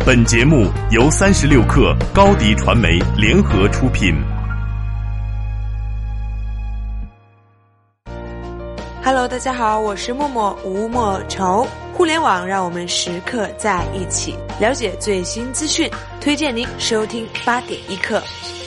本节目由36克高迪传媒联合出品。 Hello， 大家好，我是默默吴莫愁。互联网让我们时刻在一起，了解最新资讯，推荐您收听8点一刻。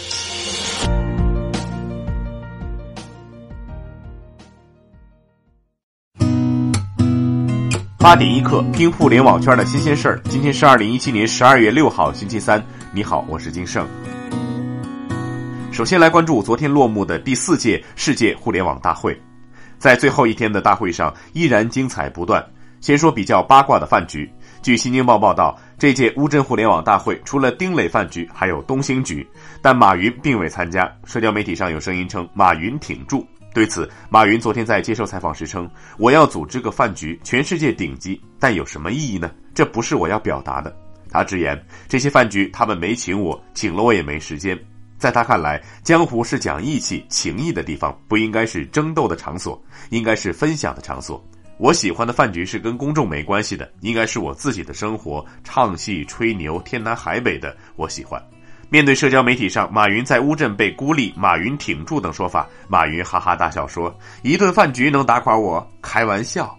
8点一刻，听互联网圈的新鲜事儿。今天是2017年12月6号，星期三。你好，我是金盛。首先来关注昨天落幕的第4届世界互联网大会。在最后一天的大会上，依然精彩不断。先说比较八卦的饭局。据新京报报道，这届乌镇互联网大会除了丁磊饭局，还有东兴局，但马云并未参加。社交媒体上有声音称马云挺住。对此，马云昨天在接受采访时称，我要组织个饭局，全世界顶级，但有什么意义呢？这不是我要表达的。他直言，这些饭局他们没请我，请了我也没时间。在他看来，江湖是讲义气情义的地方，不应该是争斗的场所，应该是分享的场所。我喜欢的饭局是跟公众没关系的，应该是我自己的生活，唱戏吹牛天南海北的我喜欢。面对社交媒体上马云在乌镇被孤立，马云挺住等说法，马云哈哈大笑说，一顿饭局能打垮我？开玩笑。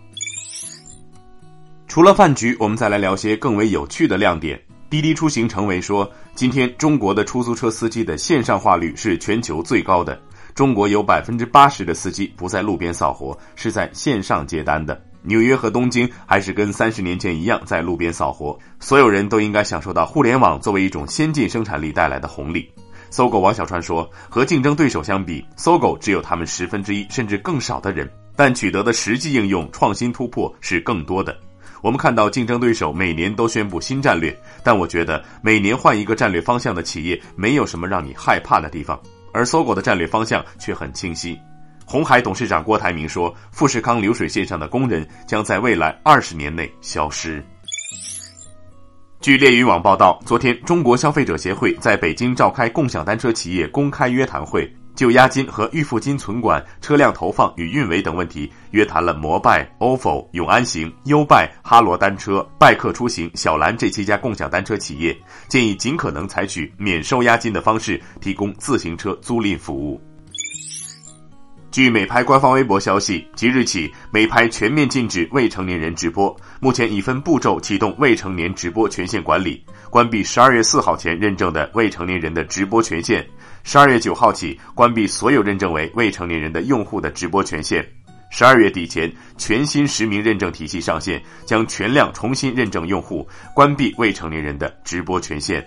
除了饭局，我们再来聊些更为有趣的亮点。滴滴出行成为说，今天中国的出租车司机的线上化率是全球最高的，中国有 80% 的司机不在路边扫活，是在线上接单的。纽约和东京还是跟30年前一样在路边扫活，所有人都应该享受到互联网作为一种先进生产力带来的红利。搜狗王小川说，和竞争对手相比，搜狗只有他们1/10甚至更少的人，但取得的实际应用创新突破是更多的。我们看到竞争对手每年都宣布新战略，但我觉得每年换一个战略方向的企业没有什么让你害怕的地方，而搜狗的战略方向却很清晰。鸿海董事长郭台铭说，富士康流水线上的工人将在未来20年内消失。据猎鱼网报道，昨天中国消费者协会在北京召开共享单车企业公开约谈会，就押金和预付金存管、车辆投放与运维等问题约谈了摩拜、ofo、永安行、优拜、哈罗单车、拜客出行、小蓝这7家共享单车企业，建议尽可能采取免收押金的方式提供自行车租赁服务。据美拍官方微博消息，即日起美拍全面禁止未成年人直播，目前已分步骤启动未成年直播权限管理，关闭12月4号前认证的未成年人的直播权限，12月9号起关闭所有认证为未成年人的用户的直播权限。12月底前，全新实名认证体系上线，将全量重新认证用户，关闭未成年人的直播权限。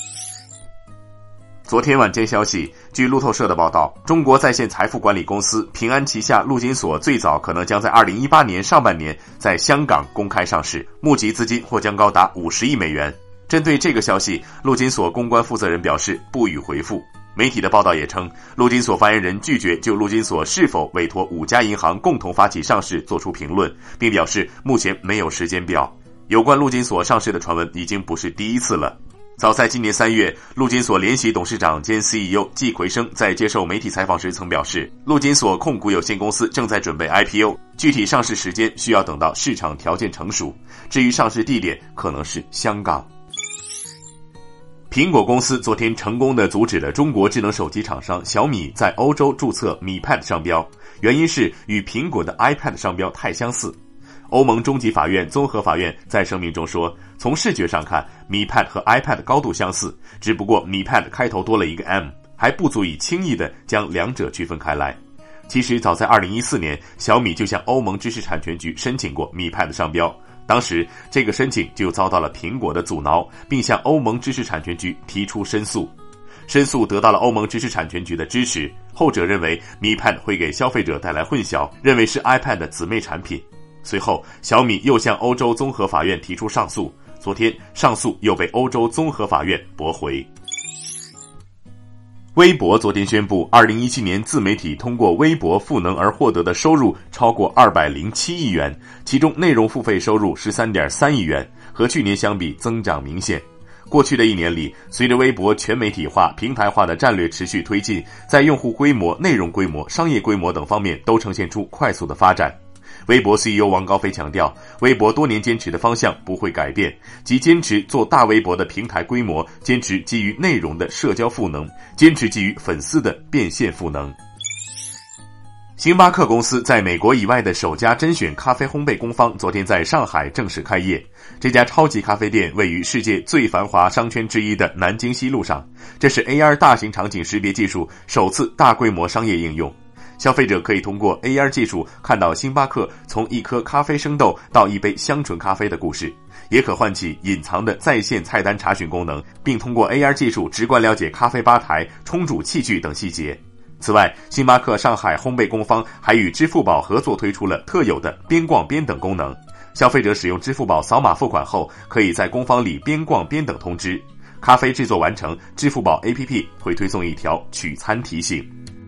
昨天晚间消息，据路透社的报道，中国在线财富管理公司平安旗下陆金所最早可能将在2018年上半年在香港公开上市，募集资金或将高达50亿美元。针对这个消息，陆金所公关负责人表示不予回复。媒体的报道也称，陆金所发言人拒绝就陆金所是否委托5家银行共同发起上市做出评论，并表示目前没有时间表。有关陆金所上市的传闻已经不是第一次了。早在今年3月，陆金所联席董事长兼 CEO 季奎生在接受媒体采访时曾表示，陆金所控股有限公司正在准备 IPO， 具体上市时间需要等到市场条件成熟，至于上市地点可能是香港。苹果公司昨天成功地阻止了中国智能手机厂商小米在欧洲注册米 Pad 商标，原因是与苹果的 iPad 商标太相似。欧盟中级法院综合法院在声明中说，从视觉上看，米 Pad 和 iPad 高度相似，只不过米 Pad 开头多了一个 M， 还不足以轻易地将两者区分开来。其实早在2014年，小米就向欧盟知识产权局申请过米 Pad 商标，当时这个申请就遭到了苹果的阻挠，并向欧盟知识产权局提出申诉。申诉得到了欧盟知识产权局的支持，后者认为米 Pad 会给消费者带来混淆，认为是 iPad 的姊妹产品。随后，小米又向欧洲综合法院提出上诉，昨天上诉又被欧洲综合法院驳回。微博昨天宣布，2017年自媒体通过微博赋能而获得的收入超过207亿元，其中内容付费收入 13.3 亿元，和去年相比增长明显。过去的1年里，随着微博全媒体化、平台化的战略持续推进，在用户规模、内容规模、商业规模等方面都呈现出快速的发展。 微博 CEO 王高飞强调，微博多年坚持的方向不会改变，即坚持做大微博的平台规模，坚持基于内容的社交赋能，坚持基于粉丝的变现赋能。星巴克公司在美国以外的首家甄选咖啡烘焙工坊昨天在上海正式开业。这家超级咖啡店位于世界最繁华商圈之一的南京西路上，这是 AR 大型场景识别技术首次大规模商业应用。消费者可以通过 AR 技术看到星巴克从一颗咖啡生豆到一杯香醇咖啡的故事，也可唤起隐藏的在线菜单查询功能，并通过 AR 技术直观了解咖啡吧台、冲煮器具等细节。此外，星巴克上海烘焙工坊还与支付宝合作推出了特有的边逛边等功能，消费者使用支付宝扫码付款后，可以在工坊里边逛边等通知。咖啡制作完成，支付宝 APP 会推送一条取餐提醒。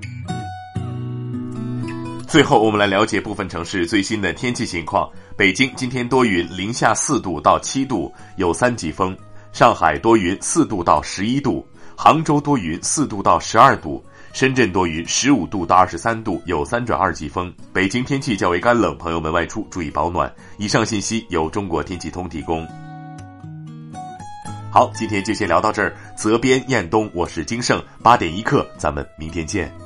最后我们来了解部分城市最新的天气情况。北京今天多云，零下4度到7度，有3级风；上海多云4度到11度；杭州多云4度到12度；深圳多云15度到23度，有3转2级风。北京天气较为干冷，朋友们外出注意保暖。以上信息由中国天气通提供。好，今天就先聊到这儿。责编：彦东，我是金盛，8点一刻，咱们明天见。